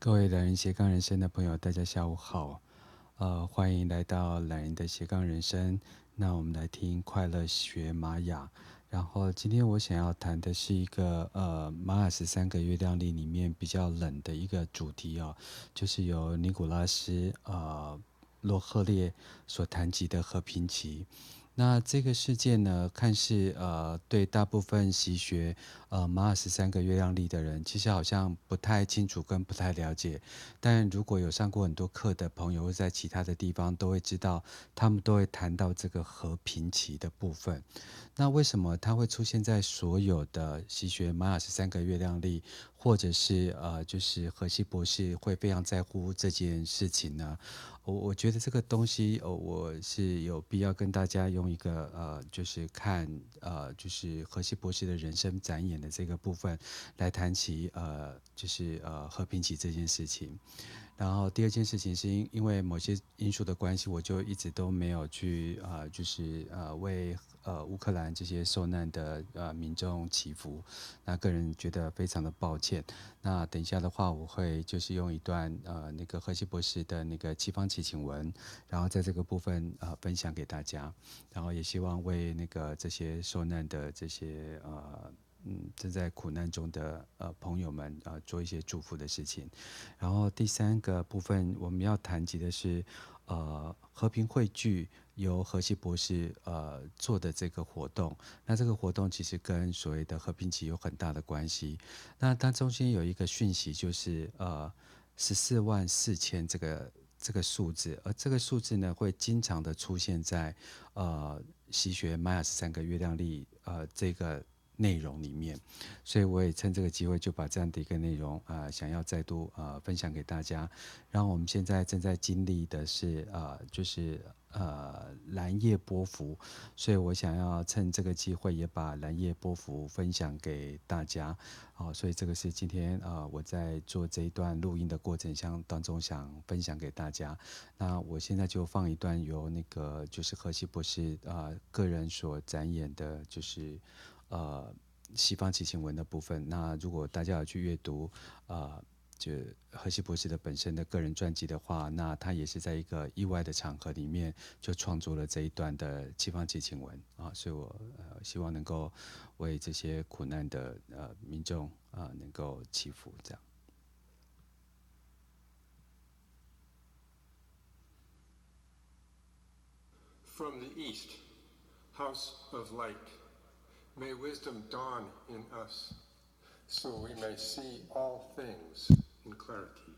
各位懒人斜杠人生的朋友，大家下午好。欢迎来到懒人的斜杠人生。那我们来听快乐学玛雅。然后今天我想要谈的是一个玛雅13个月亮历里面比较冷的一个主题哦，就是由尼古拉斯洛赫列所谈及的和平期。那这个事件呢，看似对大部分习学马尔13个月亮历的人，其实好像不太清楚跟不太了解。但如果有上过很多课的朋友，或在其他的地方都会知道，他们都会谈到这个和平期的部分。那为什么它会出现在所有的习学马雅13个月亮历，或者是就是荷西博士会非常在乎这件事情呢？我觉得这个东西我是有必要跟大家用一个就是看就是荷西博士的人生展演的这个部分来谈起就是和平期这件事情。然后第二件事情是因为某些因素的关系，我就一直都没有去就是为乌克兰这些受难的民众祈福，那个人觉得非常的抱歉。那等一下的话，我会就是用一段那个荷西博士的那个七方祈请文，然后在这个部分分享给大家，然后也希望为那个这些受难的这些正在苦难中的朋友们做一些祝福的事情。然后第三个部分我们要谈及的是和平汇聚由荷西博士做的这个活动。那这个活动其实跟所谓的和平期有很大的关系。那它中间有一个讯息就是144000这个数字，而这个数字呢会经常的出现在习学玛雅13个月亮历这个内容里面。所以我也趁这个机会就把这样的一个内容想要再度分享给大家。然后我们现在正在经历的是就是蓝夜波幅，所以我想要趁这个机会也把蓝夜波幅分享给大家。所以这个是今天我在做这一段录音的过程当中想分享给大家。那我现在就放一段由那个就是荷西博士个人所展演的，就是西方骑行文的部分。那如果大家有去阅读就荷西博士的本身的个人传记的话，那他也是在一个意外的场合里面就创作了这一段的西方骑行文所以我希望能够为这些苦难的民众能够祈福这样。 From the east, house of light, may wisdom dawn in us, so we may see all things in clarity.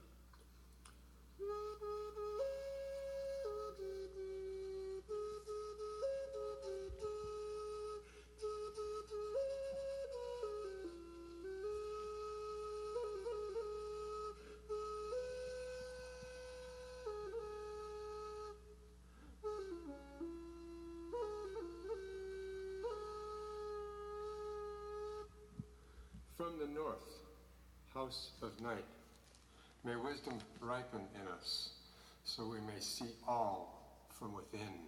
From the north, house of night, may wisdom ripen in us, so we may see all from within.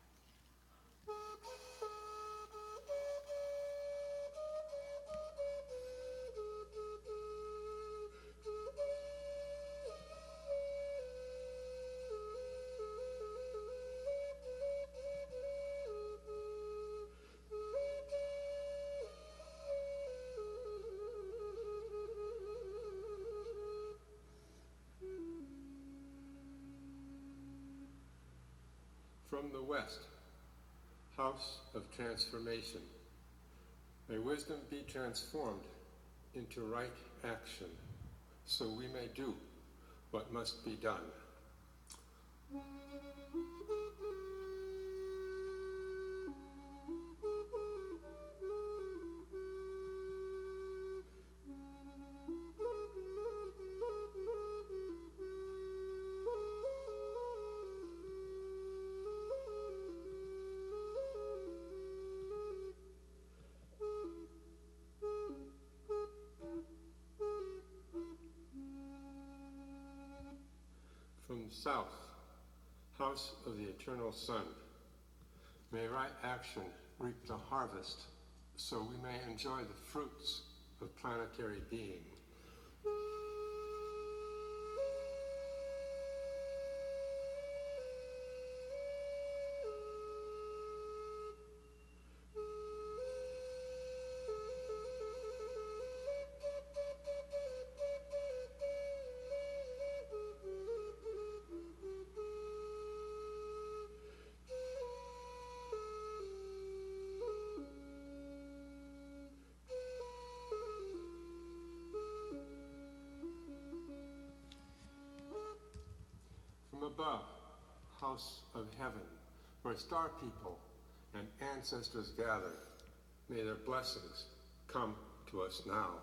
From the west, house of transformation, may wisdom be transformed into right action, so we may do what must be done. From south, house of the eternal sun, may right action reap the harvest, so we may enjoy the fruits of planetary being. house of heaven, where star people and ancestors gather. May their blessings come to us now.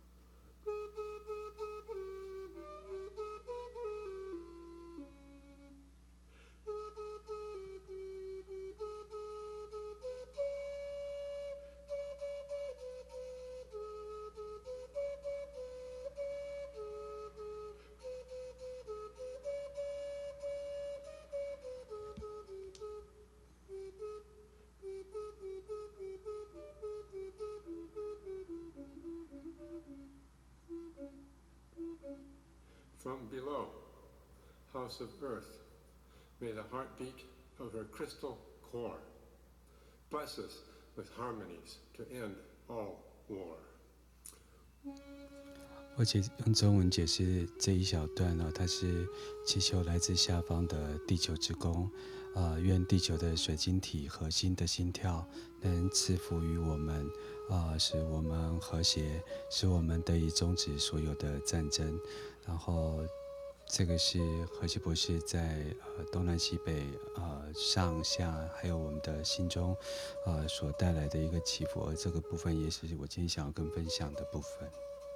From below, house of earth, may the heartbeat of her crystal core bless us with harmonies to end all war. 我用中文解释这一小段呢，它是祈求来自下方的地球之宫，愿地球的水晶体核心的心跳能赐福于我们，使我们和谐，使我们得以终止所有的战争。然后，这个是荷西博士在东南西北上下，还有我们的心中所带来的一个祈福，而这个部分也是我今天想要跟分享的部分。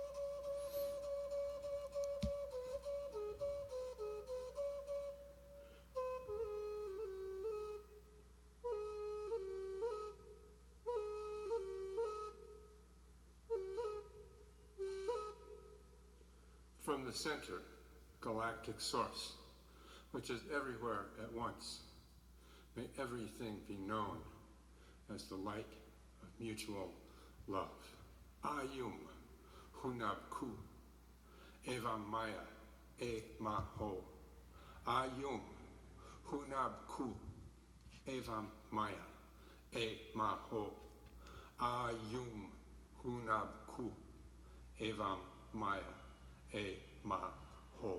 From the center, galactic source, which is everywhere at once, may everything be known as the light of mutual love. Ayum, Hunab Ku, Eva Maya, E Maho. Ayum, Hunab Ku, Eva Maya, E Maho. Ayum, Hunab Ku, Eva Maya.A ma ho.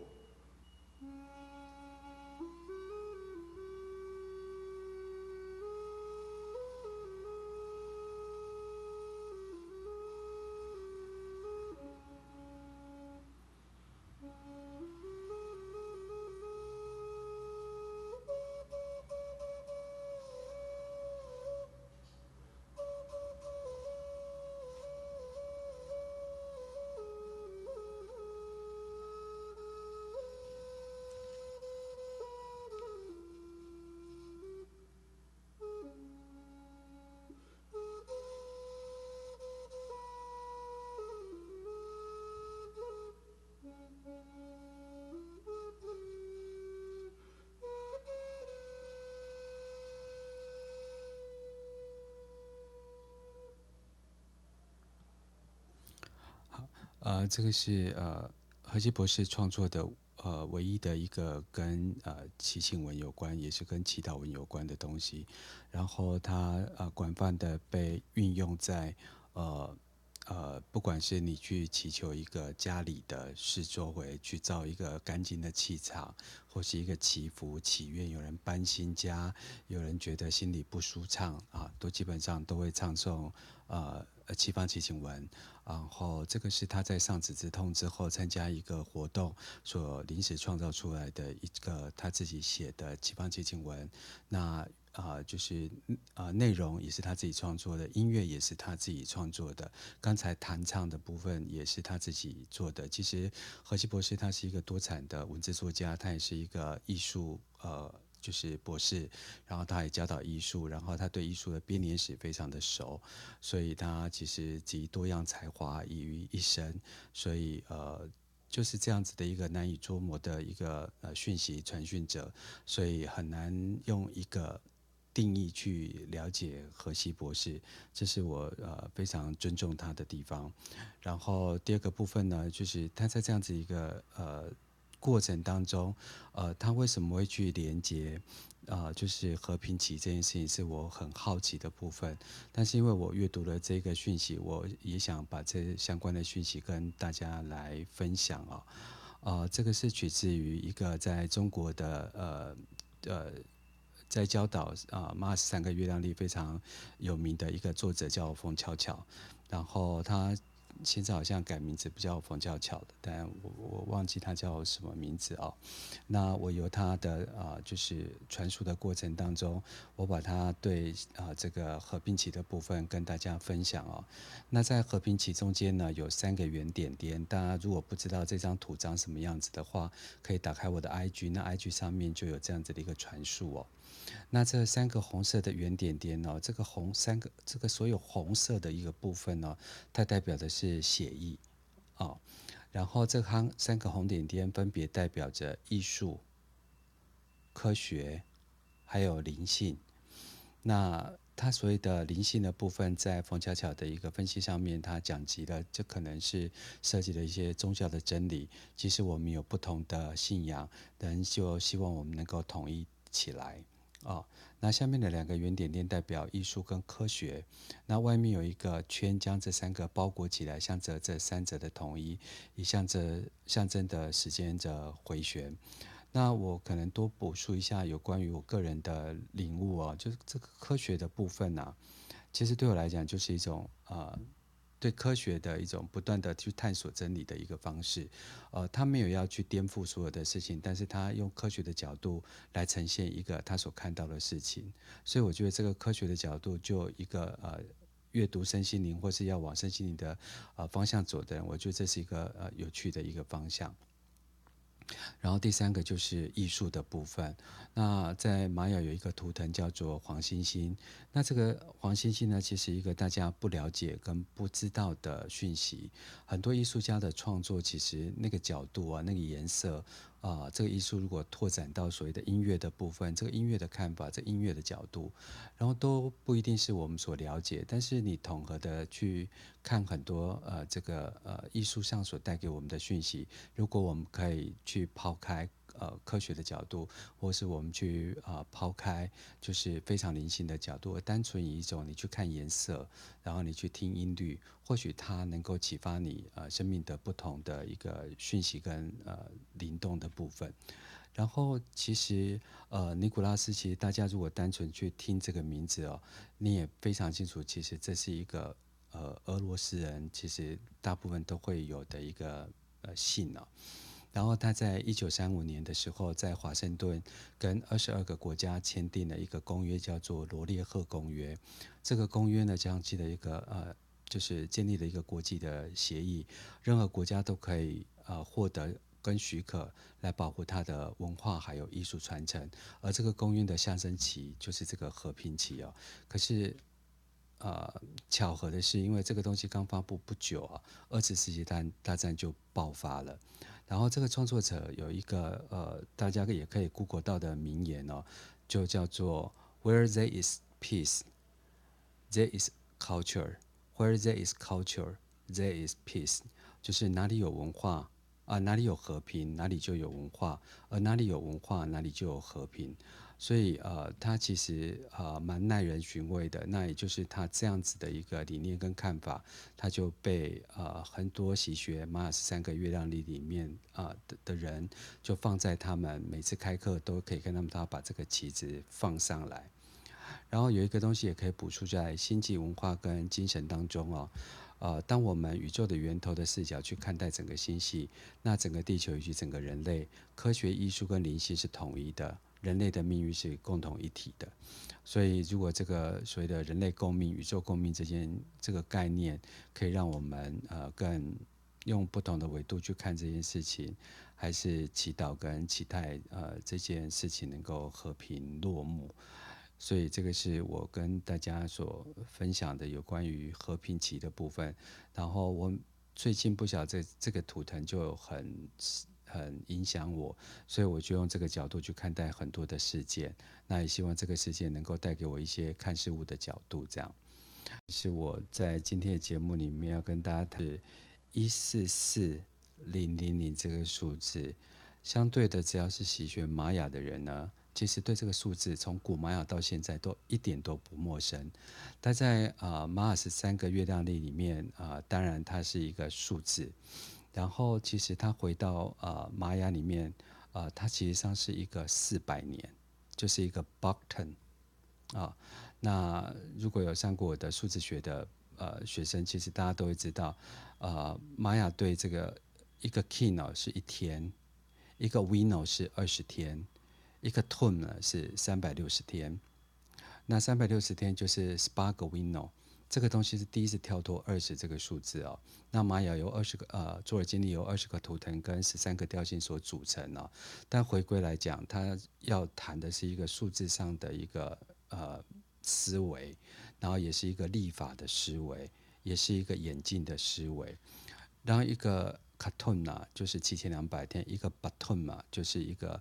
这个是荷西博士创作的唯一的一个跟祈请文有关，也是跟祈祷文有关的东西。然后它广泛的被运用在不管是你去祈求一个家里的事周围去造一个干净的气场，或是一个祈福祈愿，有人搬新家，有人觉得心里不舒畅都基本上都会唱诵七方祈请文。然后这个是他在上子之痛之后参加一个活动所临时创造出来的一个他自己写的七方祈请文。那就是内容也是他自己创作的，音乐也是他自己创作的，刚才弹唱的部分也是他自己做的。其实荷西博士他是一个多产的文字作家，他也是一个艺术就是博士，然后他也教导艺术，然后他对艺术的编年史非常的熟，所以他其实集多样才华于一身，所以就是这样子的一个难以捉摸的一个讯息传讯者，所以很难用一个定义去了解荷西博士，这是我非常尊重他的地方。然后第二个部分呢，就是他在这样子一个过程当中，他为什么会去连接就是和平期这件事情是我很好奇的部分，但是因为我阅读了这个讯息，我也想把这相关的讯息跟大家来分享这个是取自于一个在中国的在教导Mars 3个月亮历非常有名的一个作者叫冯巧巧，然后他现在好像改名字不叫冯巧巧的，但我忘记它叫什么名字哦。那我由它的就是传输的过程当中，我把它对这个和平旗的部分跟大家分享哦。那在和平旗中间呢有3个圆点点，大家如果不知道这张图长什么样子的话，可以打开我的 IG， 那 IG 上面就有这样子的一个传输哦。那这3个红色的圆点点呢，这个所有红色的一个部分呢，它代表的是血意哦。然后这3个红点点分别代表着艺术、科学，还有灵性。那它所谓的灵性的部分，在冯巧巧的一个分析上面，它讲及了，这可能是涉及了一些宗教的真理。即使我们有不同的信仰，但就希望我们能够统一起来。哦，那下面的2个圆点点代表艺术跟科学，那外面有一个圈将这3个包裹起来，象征这3者的统一，也象征的时间的回旋。那我可能多补述一下有关于我个人的领悟哦，就是这个科学的部分啊，其实对我来讲就是一种对科学的一种不断的去探索真理的一个方式。他没有要去颠覆所有的事情，但是他用科学的角度来呈现一个他所看到的事情。所以我觉得这个科学的角度，就一个阅读身心灵或是要往身心灵的方向走的人，我觉得这是一个有趣的一个方向。然后第3个就是艺术的部分。那在玛雅有一个图腾叫做黄星星，那这个黄星星呢，其实一个大家不了解跟不知道的讯息。很多艺术家的创作，其实那个角度啊，那个颜色这个艺术如果拓展到所谓的音乐的部分，这个音乐的看法，这个音乐的角度，然后都不一定是我们所了解。但是你统合的去看很多这个艺术上所带给我们的讯息，如果我们可以去抛开科学的角度，或是我们去抛开就是非常灵性的角度，而单纯以一种你去看颜色，然后你去听音律，或许它能够启发你生命的不同的一个讯息跟灵动的部分。然后其实尼古拉斯，其实大家如果单纯去听这个名字哦，你也非常清楚，其实这是一个俄罗斯人其实大部分都会有的一个姓哦。然后他在1935年的时候，在华盛顿跟22个国家签订了一个公约，叫做罗列赫公约。这个公约呢，将记了一个就是建立了一个国际的协议，任何国家都可以获得跟许可来保护它的文化还有艺术传承。而这个公约的象征旗就是这个和平旗哦。可是巧合的是，因为这个东西刚发布不久啊，二次世界大战就爆发了。然后这个创作者有一个大家也可以 Google 到的名言哦，就叫做 "Where there is peace, there is culture. Where there is culture, there is peace." 就是哪里有文化哪里有和平，哪里就有文化；而哪里有文化，哪里就有和平。所以他其实蛮耐人寻味的。那也就是他这样子的一个理念跟看法，他就被很多习学马尔13个月亮历里面的人，就放在他们每次开课都可以跟他把这个旗子放上来。然后有一个东西也可以补充在星际文化跟精神当中哦。当我们宇宙的源头的视角去看待整个星系，那整个地球以及整个人类，科学、艺术跟灵性是统一的，人类的命运是共同一体的。所以，如果这个所谓的人类共命、宇宙共命这个概念，可以让我们更用不同的维度去看这件事情，还是祈祷跟期待这件事情能够和平落幕。所以这个是我跟大家所分享的有关于和平旗的部分。然后我最近不晓得这个图腾就很影响我，所以我就用这个角度去看待很多的事件。那也希望这个事件能够带给我一些看事物的角度。这样是我在今天的节目里面要跟大家谈144000这个数字。相对的，只要是习学玛雅的人呢，其实对这个数字从古玛雅到现在都一点都不陌生。它在马尔13个月亮历里面当然它是一个数字，然后其实它回到玛雅里面它其实上是一个400年，就是一个 Bacton 那如果有上过我的数字学的学生，其实大家都会知道玛雅对这个一个 Kino 是1天，一个 Wino 是20天，一个 Tun 呢是360天。那360天就是18个 Wino， 这个东西是第一次跳脱20这个数字哦。那玛雅由卓尔金历由20个图腾跟13个调性所组成哦。但回归来讲，它要谈的是一个数字上的一个思维，然后也是一个历法的思维，也是一个演进的思维。然后一个 Katun 就是7200天，一个 Batun 嘛就是一个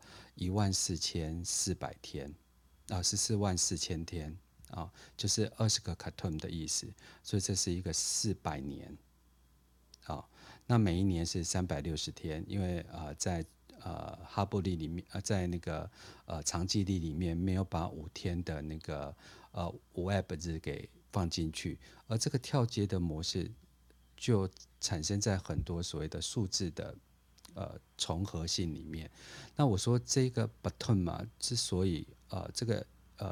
14400天。144000天就是20个 Katun 的意思，所以这是一个400年那每一年是360天，因为在哈布历里面在那个长纪历里面没有把5天的那个Web 日给放进去，而这个跳接的模式就产生在很多所谓的数字的重合性里面。那我说这个 Baton 嘛，之所以这个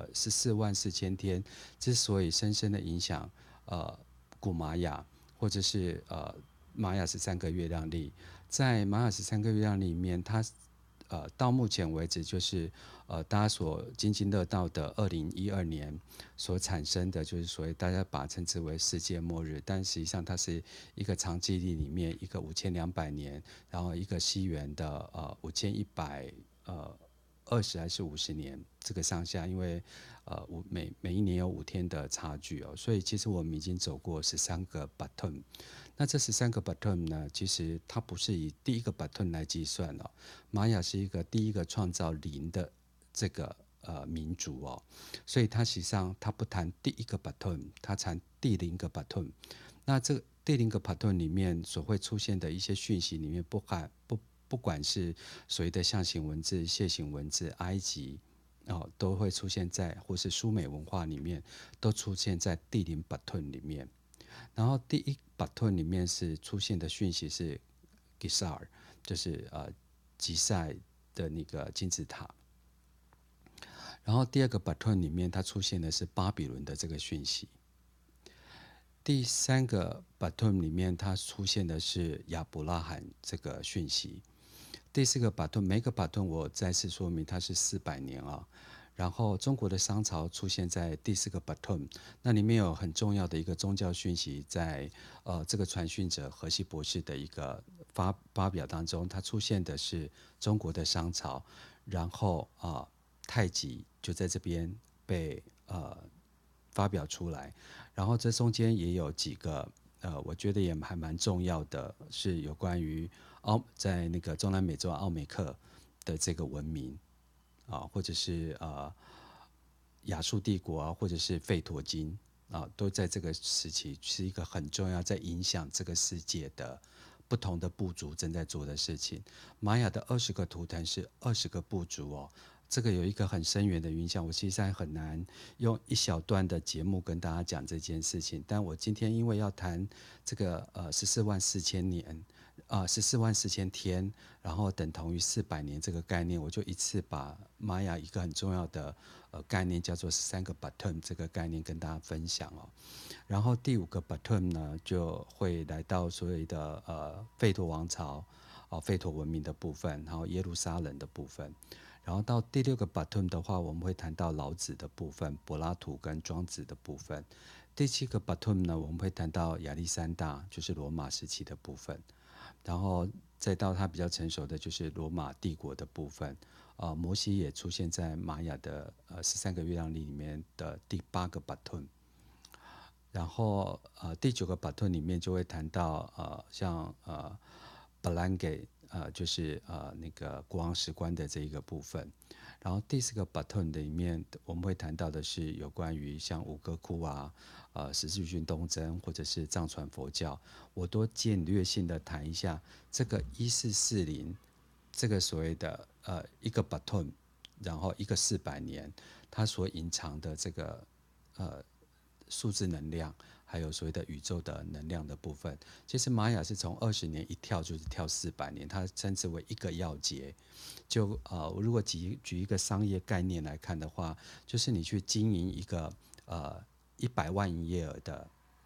144000天之所以深深的影响古玛雅，或者是玛雅13个月亮历，在玛雅13个月亮历里面，它到目前为止就是大家所津津乐道的2012年所产生的，就是所谓大家把它称之为世界末日，但实际上它是一个长纪历里面一个5200年，然后一个西元的5120还是50年这个上下，因为每一年有5天的差距哦，所以其实我们已经走过13个 Baton。那这13个 Baton 呢，其实它不是以第一个 Baton 来计算哦。玛雅是一个第一个创造零的这个民族哦，所以它实际上它不谈第一个 Baton， 它谈第0个 Baton。那这个第0个 Baton 里面所会出现的一些讯息里面不管是所谓的象形文字、楔形文字、埃及都会出现在，或是苏美文化里面都出现在第0 Baton 里面。然后第1 Baton 里面是出现的讯息是 Gisar， 就是吉赛的那个金字塔。然后第2个 Baton 里面它出现的是巴比伦的这个讯息。第3个 Baton 里面它出现的是亚伯拉罕这个讯息。第4个 Baton， 每个 Baton 我再次说明它是400年然后中国的商朝出现在第4个 Baton， 那里面有很重要的一个宗教讯息在这个传讯者荷西博士的一个发表当中，它出现的是中国的商朝，然后太极就在这边被发表出来，然后这中间也有几个我觉得也还蛮重要的，是有关于在那个中南美洲奥美克的这个文明或者是亚述帝国或者是吠陀经都在这个时期是一个很重要，在影响这个世界的不同的部族正在做的事情。玛雅的20个图腾是20个部族这个有一个很深远的影响，我其实还很难用一小段的节目跟大家讲这件事情。但我今天因为要谈这个144000年144000天，然后等同于400年这个概念，我就一次把玛雅一个很重要的概念叫做13个 Baton 这个概念跟大家分享然后第5个 Baton 呢就会来到所谓的吠陀王朝吠陀文明的部分，然后耶路撒冷的部分。然后到第6个 Baton 的话，我们会谈到老子的部分，柏拉图跟庄子的部分。第7个 Baton 呢，我们会谈到亚历山大，就是罗马时期的部分。然后再到它比较成熟的就是罗马帝国的部分。摩西也出现在玛雅的13个月亮历里面的第8个 Baton。然后第9个 Baton 里面就会谈到像巴兰给就是那个国王史官的这一个部分。然后第4个 Baton 里面我们会谈到的是有关于像吴哥窟十字军东征或者是藏传佛教，我都简略性的谈一下这个1440这个所谓的一个 Baton， 然后一个400年它所隐藏的这个数字能量，还有所谓的宇宙的能量的部分。其实玛雅是从20年一跳就是跳400年，它称之为一个要节。就如果举一个商业概念来看的话，就是你去经营一个100万营业额的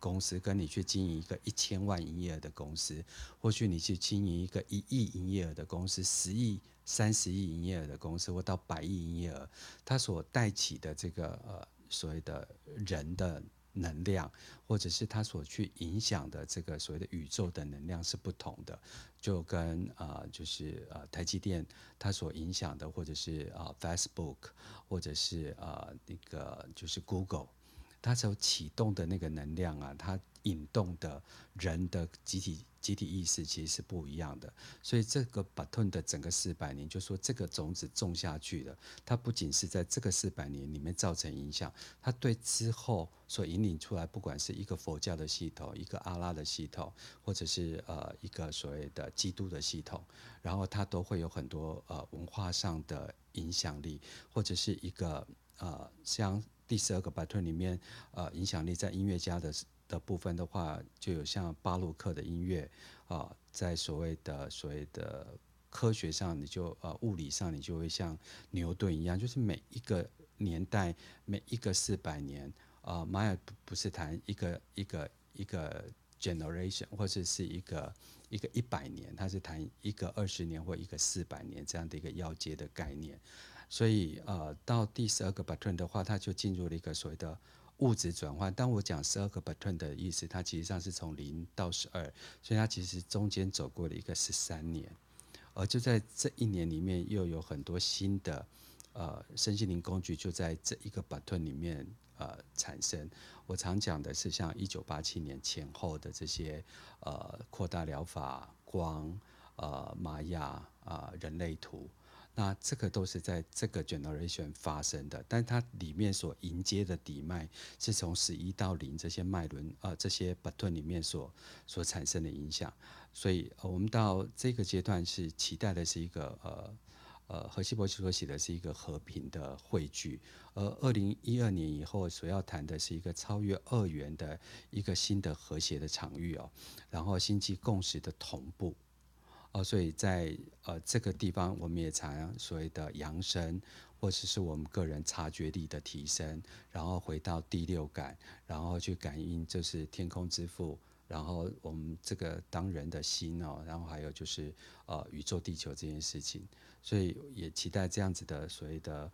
公司，跟你去经营一个1000万营业额的公司，或许你去经营一个1亿营业额的公司、10亿、30亿营业额的公司，或到100亿营业额，它所带起的这个所谓的人的能量，或者是它所去影响的这个所谓的宇宙的能量是不同的，就跟就是台积电它所影响的，或者是Facebook，或者是那个就是 Google，它所启动的那个能量啊，它引动的人的集体意识其实是不一样的。所以这个 Baton 的整个400年，就说这个种子种下去了，它不仅是在这个400年里面造成影响，它对之后所引领出来，不管是一个佛教的系统，一个阿拉的系统，或者是一个所谓的基督的系统，然后它都会有很多文化上的影响力，或者是一个像第12个 Baton 里面影响力在音乐家的部分的话，就有像巴洛克的音乐在所谓的科学上，你就物理上，你就会像牛顿一样，就是每一个年代，每一个400年，玛雅不是谈一个 generation， 或者是一个100年，它是谈一个20年或一个400年这样的一个要接的概念。所以到第12个 Baton 的话，它就进入了一个所谓的物质转换。当我讲12个 Baton 的意思，它其实上是从0到12，所以它其实中间走过了一个13年。而就在这一年里面，又有很多新的身心灵工具就在这一个 Baton 里面产生。我常讲的是像1987年前后的这些扩大疗法、光、玛雅人类图。那这个都是在这个 generation 发生的，但它里面所迎接的底脉是从11到0这些脉轮这些 Baton 里面所产生的影响。所以我们到这个阶段是期待的是一个荷西博士所写的是一个和平的汇聚，而2012年以后所要谈的是一个超越2元的一个新的和谐的场域然后星际共识的同步。所以在这个地方，我们也常所谓的扬升，或者是我们个人察觉力的提升，然后回到第六感，然后去感应就是天空之父，然后我们这个当人的心然后还有就是宇宙地球这件事情，所以也期待这样子的所谓的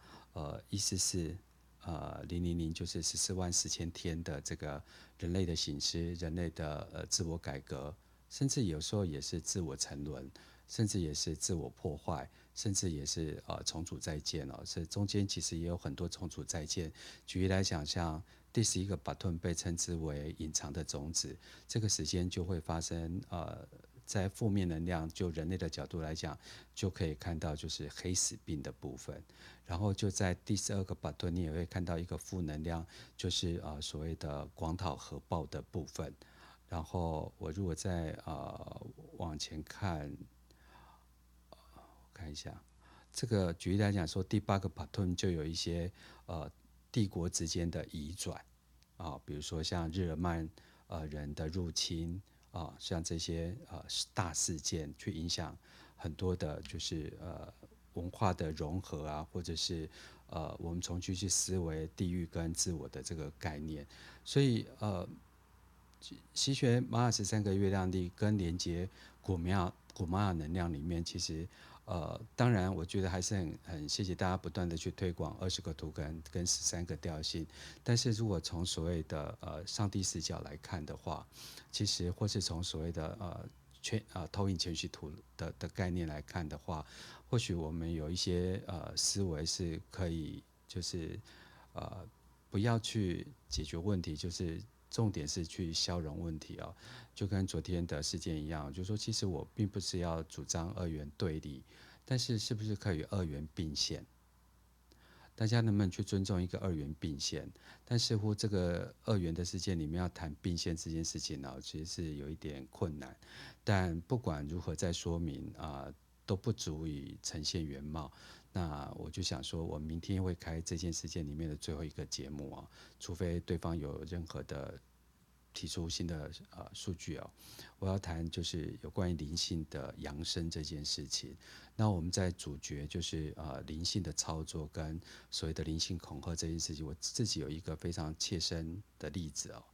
144000就是144000天的这个人类的醒思，人类的自我改革。甚至有时候也是自我沉沦，甚至也是自我破坏，甚至也是重组再建这中间其实也有很多重组再建。举例来讲，像第11个 Baton 被称之为隐藏的种子，这个时间就会发生在负面能量，就人类的角度来讲，就可以看到就是黑死病的部分。然后就在第12个 Baton，你也会看到一个负能量，就是所谓的广讨核爆的部分。然后我如果再往前看，我看一下，这个举例来讲说，第8个 Baton 就有一些帝国之间的移转比如说像日耳曼人的入侵像这些大事件去影响很多的，就是文化的融合或者是我们重新去思维地狱跟自我的这个概念，所以习学玛雅13个月亮历跟连接古玛雅能量里面，其实当然我觉得还是很谢谢大家不断的去推广20个图跟13个调性，但是如果从所谓的上帝视角来看的话，其实或是从所谓的投影全息图的概念来看的话，或许我们有一些思维是可以就是不要去解决问题，就是重点是去消融问题就跟昨天的事件一样，就是说其实我并不是要主张二元对立，但是是不是可以二元并线？大家能不能去尊重一个二元并线？但似乎这个二元的世界里面要谈并线这件事情其实是有一点困难。但不管如何再说明都不足以呈现原貌。那我就想说，我明天会开这件事件里面的最后一个节目除非对方有任何的提出新的数据我要谈就是有关于灵性的扬升这件事情。那我们在主角就是灵性的操作跟所谓的灵性恐吓这件事情，我自己有一个非常切身的例子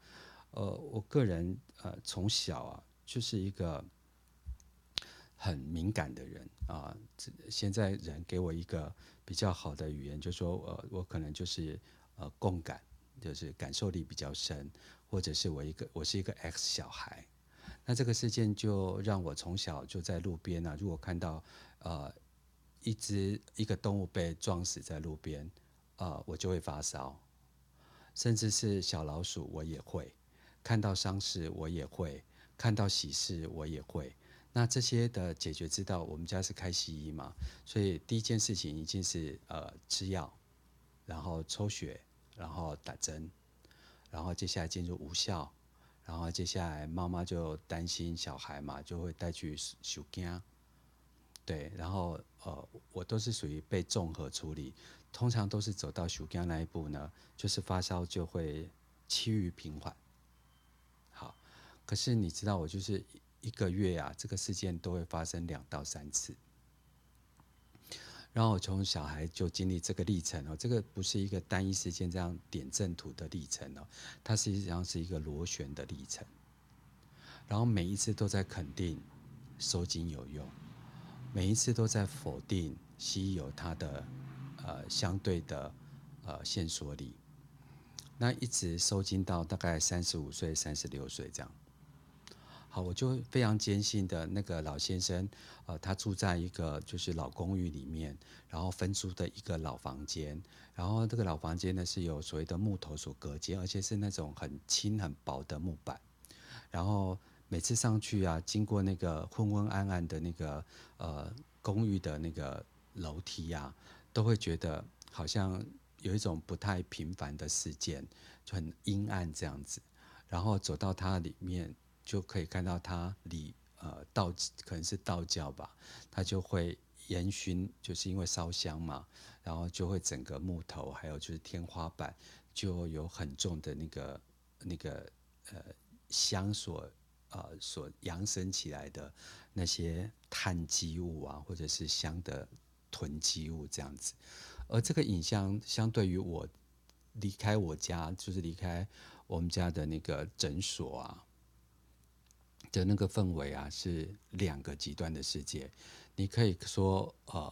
我个人从小啊就是一个很敏感的人啊。现在人给我一个比较好的语言，就说我可能就是共感，就是感受力比较深，或者是我是一个 X 小孩。那这个事件就让我从小就在路边啊，如果看到呃一个动物被撞死在路边，我就会发烧，甚至是小老鼠我也会，看到丧事我也会，看到喜事我也会。那这些的解决之道，我们家是开西医嘛，所以第一件事情一定是吃药，然后抽血，然后打针，然后接下来进入无效，然后接下来妈妈就担心小孩嘛，就会带去收惊。对，然后我都是属于被综合处理，通常都是走到收惊那一步呢，就是发烧就会趋于平缓。好，可是你知道我就是一个月啊，这个事件都会发生2到3次。然后我从小孩就经历这个历程哦，这个不是一个单一事件这样点阵图的历程哦，它实际上是一个螺旋的历程。然后每一次都在肯定收精有用，每一次都在否定西医有它的相对的线索力。那一直收精到大概35岁、36岁这样。好，我就非常坚信的那个老先生，他住在一个就是老公寓里面，然后分租的一个老房间，然后这个老房间呢是有所谓的木头所隔间，而且是那种很轻很薄的木板，然后每次上去啊，经过那个昏昏暗暗的那个公寓的那个楼梯啊，都会觉得好像有一种不太平凡的事件，就很阴暗这样子。然后走到它里面，就可以看到它可能是道教吧，它就会烟熏，就是因为烧香嘛，然后就会整个木头还有就是天花板就有很重的那个香所扬升起来的那些碳基物啊，或者是香的囤积物这样子。而这个影像相对于我离开我家，就是离开我们家的那个诊所啊的那个氛围啊，是两个极端的世界。你可以说，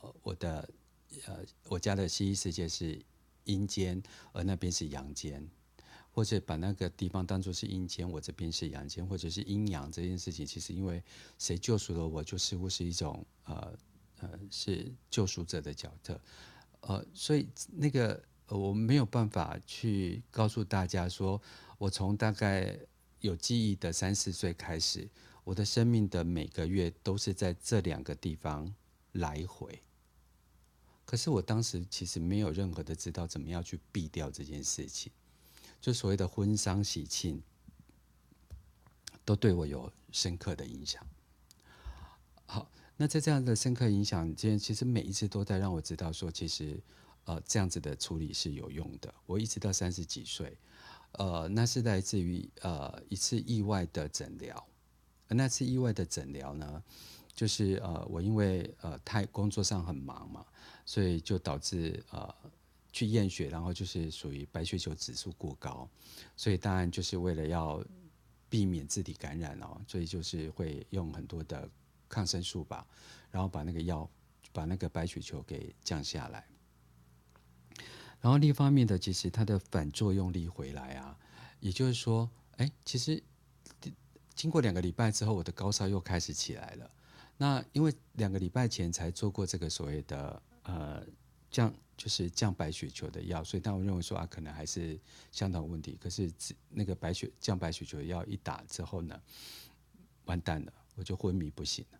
我家的西医世界是阴间，而那边是阳间，或者把那个地方当作是阴间，我这边是阳间，或者是阴阳这件事情，其实因为谁救赎了我，就似乎是一种是救赎者的角色。所以那个我没有办法去告诉大家说，我从大概有记忆的3、4岁开始，我的生命的每个月都是在这两个地方来回。可是我当时其实没有任何的知道怎么样去避掉这件事情，就所谓的婚丧喜庆，都对我有深刻的影响。好，那在这样的深刻影响间，其实每一次都在让我知道说，其实这样子的处理是有用的。我一直到30几岁，那是来自于一次意外的诊疗。那次意外的诊疗呢，就是我因为工作上很忙嘛，所以就导致去验血，然后就是属于白血球指数过高，所以当然就是为了要避免自体感染哦，所以就是会用很多的抗生素吧，然后把那个白血球给降下来。然后另一方面的，其实它的反作用力回来啊，也就是说，其实经过2个礼拜之后，我的高烧又开始起来了。那因为2个礼拜前才做过这个所谓的就是降白血球的药，所以当我认为说可能还是相同问题。可是那个降白血球的药一打之后呢，完蛋了，我就昏迷不醒了。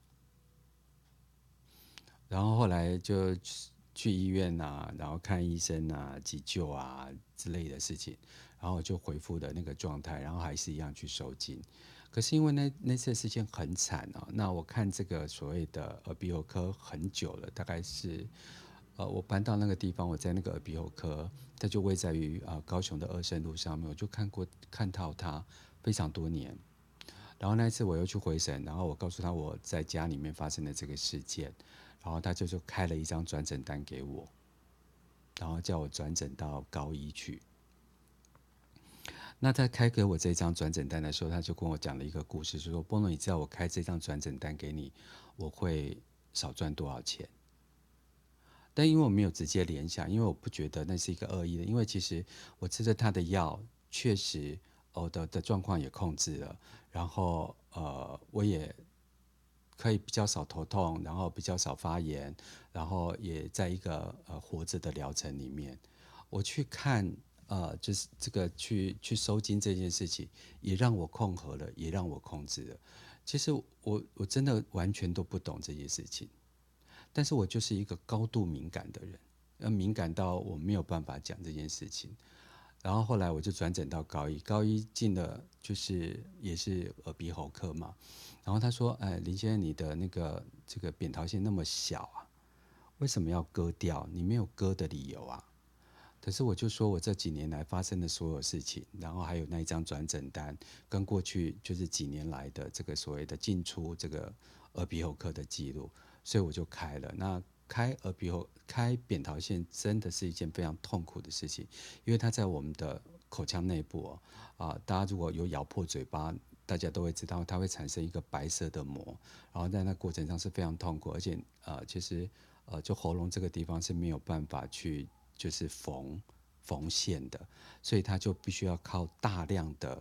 然后后来就去医院啊，然后看医生啊、急救啊之类的事情，然后我就恢复了那个状态，然后还是一样去收金。可是因为那次事件很惨啊，那我看这个所谓的耳鼻喉科很久了，大概是我搬到那个地方，我在那个耳鼻喉科，它就位在于高雄的二圣路上面，我就看到它非常多年。然后那一次我又去回诊，然后我告诉他我在家里面发生的这个事件，然后他就开了一张转诊单给我，然后叫我转诊到高医去。 那他开给我这张转诊单的时候，他就跟我讲了一个故事，就说：波诺，你知道我开这张转诊单给你，我会少赚多少钱？但因为我没有直接联想，因为我不觉得那是一个恶意的，因为其实我吃着他的药，确实我的状况也控制了，然后我也可以比较少头痛，然后比较少发炎，然后也在一个活着的疗程里面，我去看就是这个去收金这件事情，也让我控合了，也让我控制了。其实我真的完全都不懂这件事情。但是我就是一个高度敏感的人，敏感到我没有办法讲这件事情。然后后来我就转诊到高一，高一进了就是也是耳鼻喉科嘛。然后他说：“哎，林先生，你的那个这个扁桃腺那么小啊，为什么要割掉？你没有割的理由啊。”可是我就说我这几年来发生的所有事情，然后还有那一张转诊单，跟过去就是几年来的这个所谓的进出这个耳鼻喉科的记录，所以我就开了。那开耳鼻喉开扁桃腺真的是一件非常痛苦的事情，因为它在我们的口腔内部大家如果有咬破嘴巴，大家都会知道它会产生一个白色的膜，然后在那过程上是非常痛苦，而且其实就喉咙这个地方是没有办法去就是缝线的，所以它就必须要靠大量的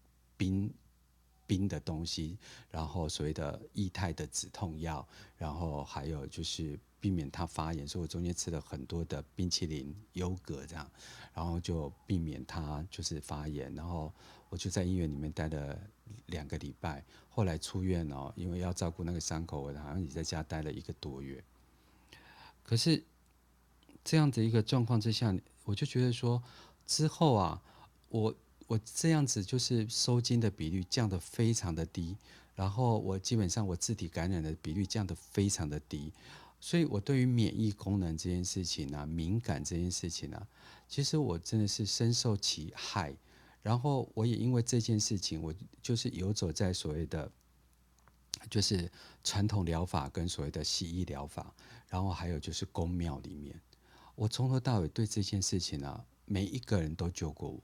冰的东西，然后所谓的液态的止痛药，然后还有就是避免它发炎，所以我中间吃了很多的冰淇淋、优格这样，然后就避免它就是发炎，然后我就在医院里面待了2个礼拜，后来出院哦，因为要照顾那个伤口，我好像也在家待了1个多月。可是这样的一个状况之下，我就觉得说，之后我我这样子就是收金的比率降得非常的低，然后我基本上我自体感染的比率降得非常的低，所以我对于免疫功能这件事情敏感这件事情其实我真的是深受其害。然后我也因为这件事情，我就是游走在所谓的就是传统疗法跟所谓的西医疗法，然后还有就是宫庙里面。我从头到尾对这件事情每一个人都救过我，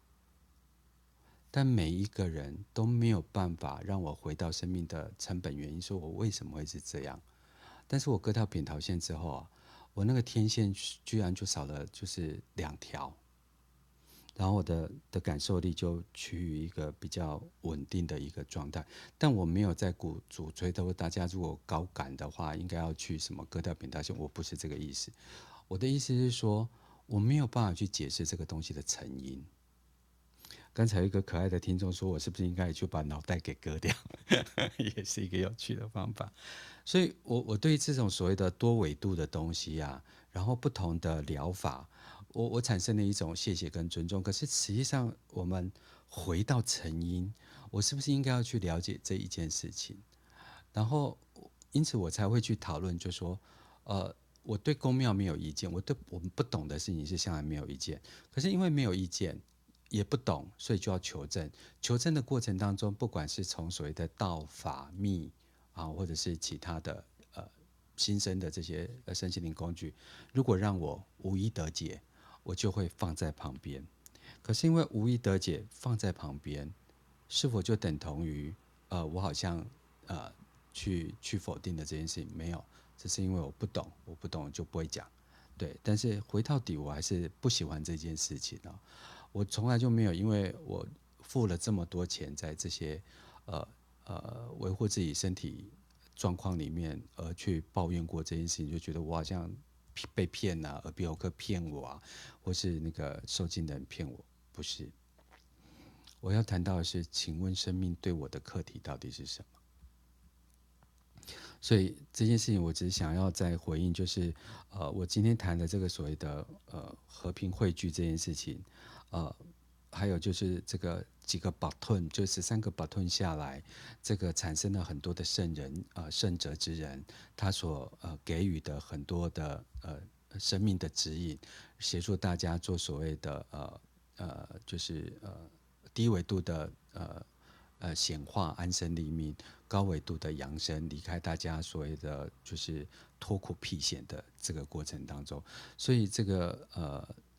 但每一个人都没有办法让我回到生命的成本原因，说我为什么会是这样。但是我割掉扁桃腺之后我那个天线居然就少了就是2条，然后我的感受力就趋于一个比较稳定的一个状态。但我没有在鼓吹的，大家如果高感的话，应该要去什么割掉扁桃腺，我不是这个意思。我的意思是说，我没有办法去解释这个东西的成因。刚才有一个可爱的听众说，我是不是应该也去把脑袋给割掉？也是一个有趣的方法。所以我对这种所谓的多维度的东西然后不同的疗法，我产生了一种谢谢跟尊重。可是实际上，我们回到成因，我是不是应该要去了解这一件事情？然后，因此我才会去讨论，就说，我对公庙没有意见，我对我们不懂的事情是向来没有意见。可是因为没有意见，也不懂，所以就要求证。求证的过程当中，不管是从所谓的道法密或者是其他的新生的这些身心灵工具，如果让我无一得解，我就会放在旁边。可是因为无一得解放在旁边，是否就等同于我好像呃去否定的这件事情？没有，只是因为我不懂，我不懂就不会讲。对，但是回到底，我还是不喜欢这件事情我从来就没有，因为我付了这么多钱在这些维护自己身体状况里面，而去抱怨过这件事情，就觉得我好像被骗耳鼻喉科骗我或是那个受精的人骗我，不是。我要谈到的是，请问生命对我的课题到底是什么？所以这件事情，我只是想要再回应，就是我今天谈的这个所谓的和平汇聚这件事情，还有就是这个几个 button， 就13个 button 下来，这个产生了很多的圣人圣哲之人，他所给予的很多的生命的指引，协助大家做所谓的就是低维度的显化安身立命，高维度的扬升，离开大家所谓的就是脱苦辟险的这个过程当中，所以这个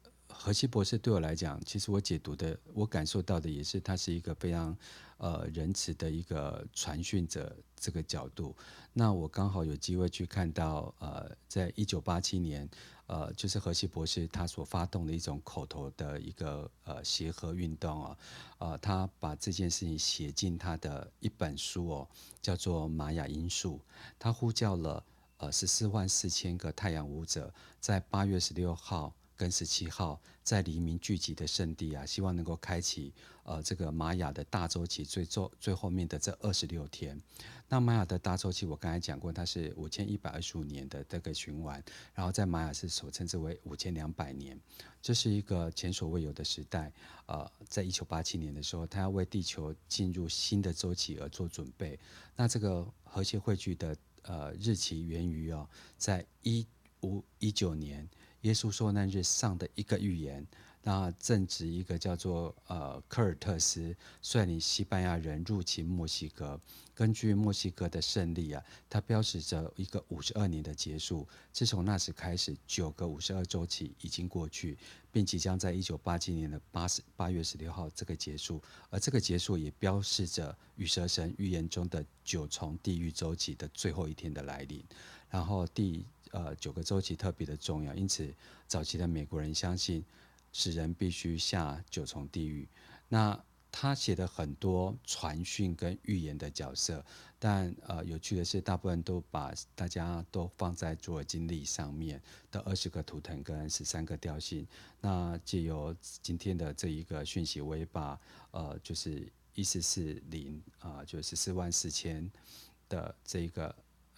荷西博士对我来讲，其实我解读的，我感受到的也是他是一个非常仁慈的一个传讯者这个角度。那我刚好有机会去看到在1987年，就是荷西博士他所发动的一种口头的一个协和运动他把这件事情写进他的一本书叫做《玛雅因素》，他呼叫了144000个太阳舞者，在8月16号跟17号在黎明聚集的圣地希望能够开启这个玛雅的大周期最后面的这26天。那玛雅的大周期我刚才讲过，它是5125年的这个循环，然后在玛雅是所称之为5200年，这是一个前所未有的时代。在1987年的时候，它要为地球进入新的周期而做准备。那这个和谐汇聚的日期源于在1519年耶稣受难日上的一个预言。那正值一个叫做科尔特斯率领西班牙人入侵墨西哥，根据墨西哥的胜利它标识着一个52年的结束。自从那时开始，9个52周期已经过去，并即将在1987年的8月16号这个结束。而这个结束也标示着羽蛇神预言中的9重地狱周期的最后一天的来临。然后第9个周期特别的重要，因此早期的美国人相信使人必须下9重地狱。那他写的很多传讯跟预言的角色，但有趣的是，大部分都把大家都放在卓尔金历上面的20个图腾跟13个调性。那借由今天的这一个讯息，我也把就是1440就144000的这一个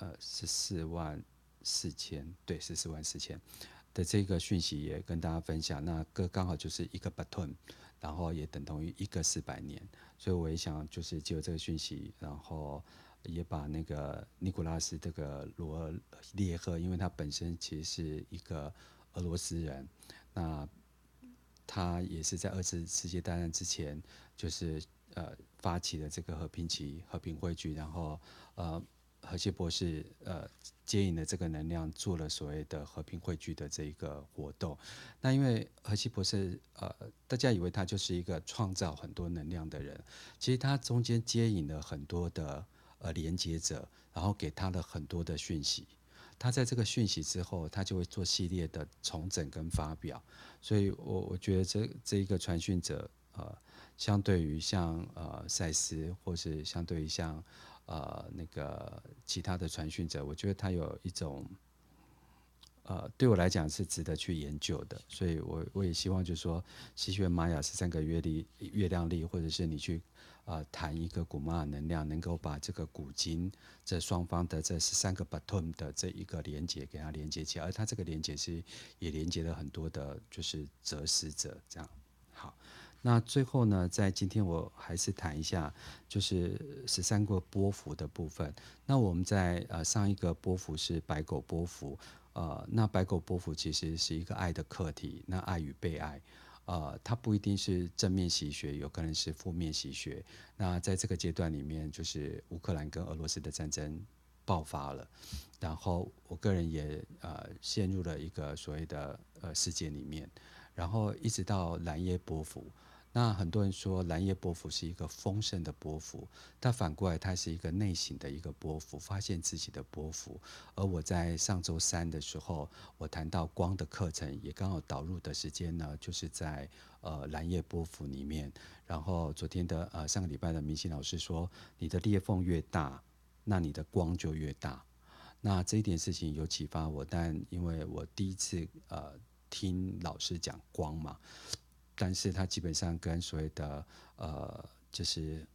144000对144000的这个讯息也跟大家分享。那刚好就是一个 baton， 然后也等同于一个400年，所以我也想就是借由这个讯息，然后也把那个尼古拉斯这个罗尔列赫，因为他本身其实是一个俄罗斯人，那他也是在2次世界大战之前，就是发起了这个和平旗、和平汇聚，然后荷西博士接引了这个能量，做了所谓的和平汇聚的这一个活动。那因为荷西博士大家以为他就是一个创造很多能量的人，其实他中间接引了很多的连接者，然后给他了很多的讯息。他在这个讯息之后，他就会做系列的重整跟发表。所以我觉得这一个传讯者相对于像赛斯，或是相对于像那个其他的传讯者，我觉得他有一种对我来讲是值得去研究的。所以我也希望就是说，西学玛雅13个月亮历，或者是你去谈一个古玛雅能量，能够把这个古今这双方的这13个 baton 的这一个连接给它连接起来，而它这个连接是也连接了很多的就是哲思者这样。好，那最后呢，在今天我还是谈一下就是13个波符的部分。那我们在上一个波符是白狗波符，那白狗波符其实是一个爱的课题，那爱与被爱。它不一定是正面习学，有可能是负面习学。那在这个阶段里面，就是乌克兰跟俄罗斯的战争爆发了，然后我个人也陷入了一个所谓的世界里面，然后一直到蓝叶波符。那很多人说蓝叶波符是一个丰盛的波符，但反过来它是一个内省的一个波符，发现自己的波符。而我在上周3的时候，我谈到光的课程，也刚好导入的时间呢，就是在蓝叶波符里面。然后昨天的上个礼拜的明星老师说，你的裂缝越大，那你的光就越大。那这一点事情有启发我，但因为我第一次听老师讲光嘛，但是它基本上跟所谓的就是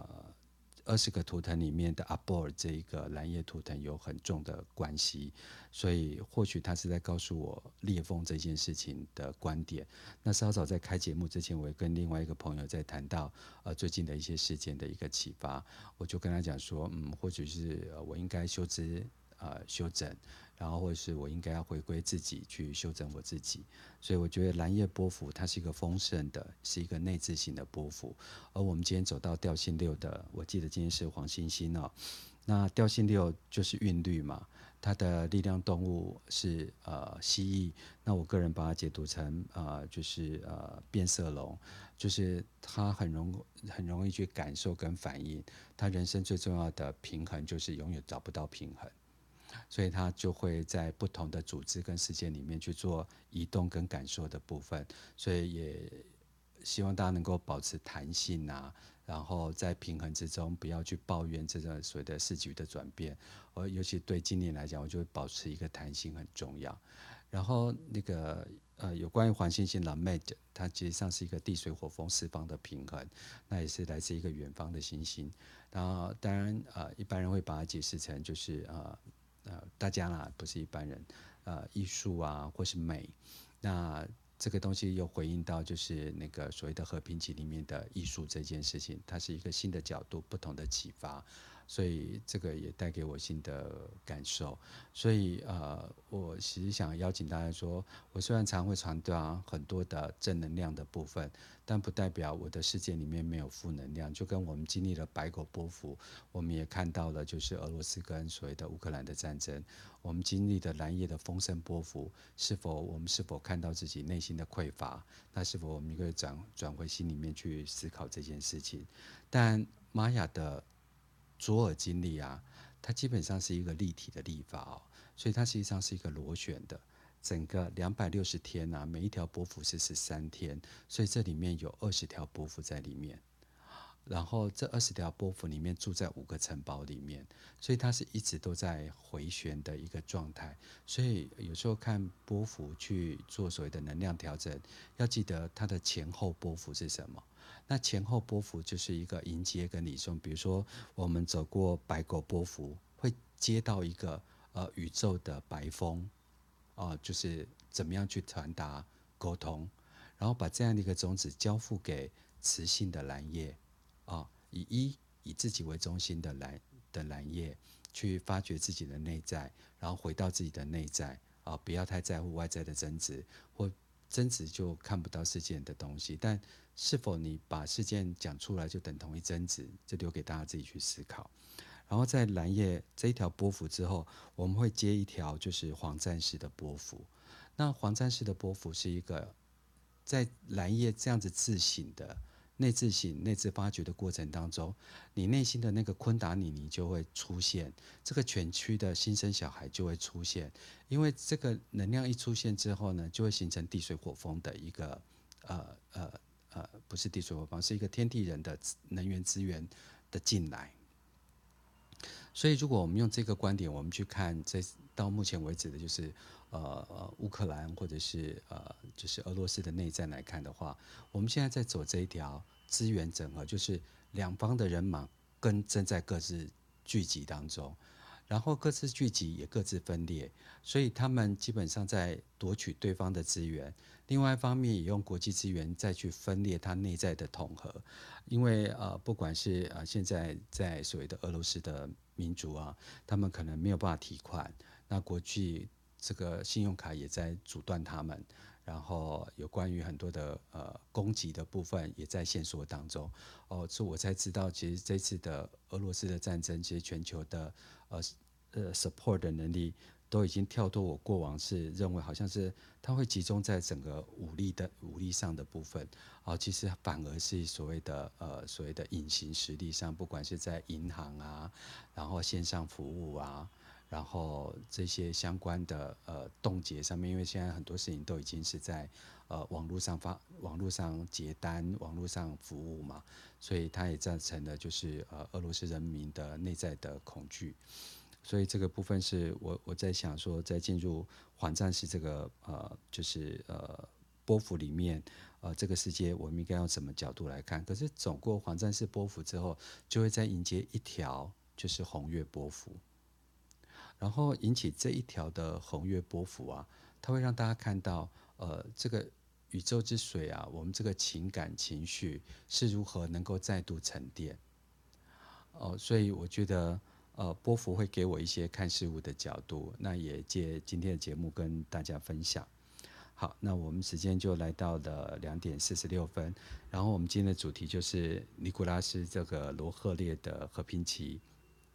20个图腾里面的阿波尔这一个蓝叶图腾有很重的关系，所以或许他是在告诉我裂缝这件事情的观点。那稍早在开节目之前，我也跟另外一个朋友在谈到最近的一些事件的一个启发，我就跟他讲说，或许是我应该修整，然后或者是我应该要回归自己去修整我自己。所以我觉得蓝叶波符它是一个丰盛的，是一个内置型的波符。而我们今天走到调性6的，我记得今天是黄星星那调性6就是韵律嘛，它的力量动物是蜥蜴，那我个人把它解读成就是变色龙，就是它很容易去感受跟反应，它人生最重要的平衡就是永远找不到平衡，所以它就会在不同的组织跟事件里面去做移动跟感受的部分，所以也希望大家能够保持弹性啊，然后在平衡之中不要去抱怨这个所谓的市局的转变，而尤其对今年来讲，我就会保持一个弹性很重要。然后那个有关于环星星 Lamed， 它其实上是一个地水火风四方的平衡，那也是来自一个远方的星星。然后当然一般人会把它解释成就是大家啦，不是一般人，艺术啊或是美，那这个东西又回应到就是那个所谓的和平集里面的艺术这件事情，它是一个新的角度、不同的启发，所以这个也带给我新的感受。所以我其实想邀请大家说，我虽然常会传达很多的正能量的部分，但不代表我的世界里面没有负能量。就跟我们经历了白狗波伏，我们也看到了就是俄罗斯跟所谓的乌克兰的战争，我们经历的蓝夜的风声波伏，我们是否看到自己内心的匮乏？那是否我们可以转回心里面去思考这件事情？但玛雅的左耳经历啊，它基本上是一个立体的历法哦，所以它实际上是一个螺旋的。整个260天啊，每一条波幅是13天，所以这里面有20条波幅在里面。然后这20条波幅里面住在5个城堡里面，所以它是一直都在回旋的一个状态。所以有时候看波幅去做所谓的能量调整，要记得它的前后波幅是什么。那前后波幅就是一个迎接跟礼送，比如说我们走过白狗波幅，会接到一个宇宙的白风，就是怎么样去传达沟通，然后把这样的一个种子交付给雌性的蓝叶，以自己为中心的蓝叶，去发掘自己的内在，然后回到自己的内在，不要太在乎外在的争执，或争执就看不到事件的东西，但是否你把事件讲出来就等同于争执，这留给大家自己去思考。然后在蓝叶这一条波幅之后，我们会接一条就是黄战士的波幅。那黄战士的波幅是一个在蓝叶这样子自省的内自省、内自发掘的过程当中，你内心的那个昆达里尼就会出现，这个犬区的新生小孩就会出现，因为这个能量一出现之后呢，就会形成地水火风的一个不是地水火风，是一个天地人的能源资源的进来。所以，如果我们用这个观点，我们去看到目前为止的，就是乌克兰或者是就是俄罗斯的内战来看的话，我们现在在走这一条资源整合，就是两方的人马正在各自聚集当中，然后各自聚集也各自分裂，所以他们基本上在夺取对方的资源，另外一方面也用国际资源再去分裂它内在的统合，因为不管是现在在所谓的俄罗斯的民族啊，他们可能没有办法提款，那国际这个信用卡也在阻断他们，然后有关于很多的供给的部分也在线索当中，所以我才知道，其实这次的俄罗斯的战争，其实全球的support 的能力都已经跳脱我过往是认为好像是它会集中在整个武力上的部分，其实反而是所谓的隐形实力上，不管是在银行啊，然后线上服务啊，然后这些相关的冻结上面，因为现在很多事情都已经是在网络上结单、网络上服务嘛，所以它也造成了就是俄罗斯人民的内在的恐惧。所以这个部分是我在想说，在进入环战士这个就是波幅里面，这个世界我们应该用什么角度来看？可是走过环战士波幅之后，就会再迎接一条就是红月波幅，然后引起这一条的红月波幅啊，它会让大家看到这个宇宙之水啊，我们这个情感情绪是如何能够再度沉淀。所以我觉得波幅会给我一些看事物的角度，那也借今天的节目跟大家分享。好，那我们时间就来到了2:46，然后我们今天的主题就是尼古拉斯这个罗赫列的和平期。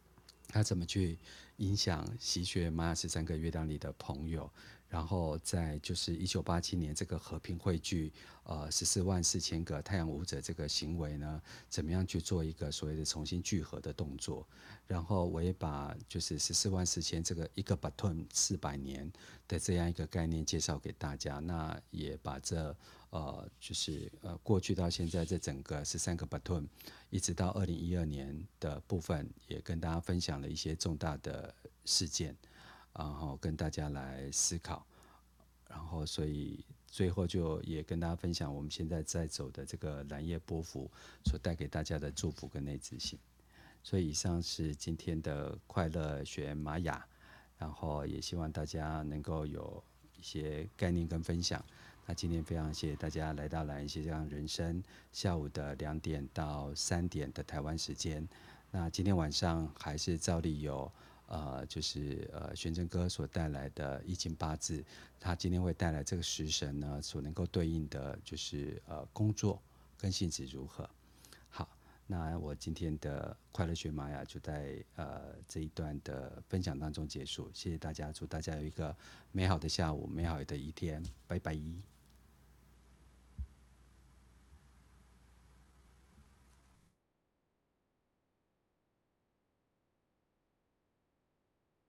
它怎么去影响习学玛雅13个月亮里的朋友。然后在就是1987年这个和平汇聚144000个太阳舞者这个行为呢，怎么样去做一个所谓的重新聚合的动作。然后我也把就是144000这个一个 baton 400年的这样一个概念介绍给大家。那也把这就是过去到现在这整个13个 baton 一直到2012年的部分，也跟大家分享了一些重大的事件，然后跟大家来思考。然后所以最后就也跟大家分享我们现在在走的这个蓝叶波幅所带给大家的祝福跟内自信。所以以上是今天的快乐学玛雅，然后也希望大家能够有一些概念跟分享。那今天非常谢谢大家来到蓝人斜杠人生下午的2点到3点的台湾时间。那今天晚上还是照例有就是玄真哥所带来的易经八字，他今天会带来这个食神呢所能够对应的就是工作跟性质如何。好，那我今天的快乐学玛雅就在这一段的分享当中结束，谢谢大家，祝大家有一个美好的下午，美好的一天，拜拜。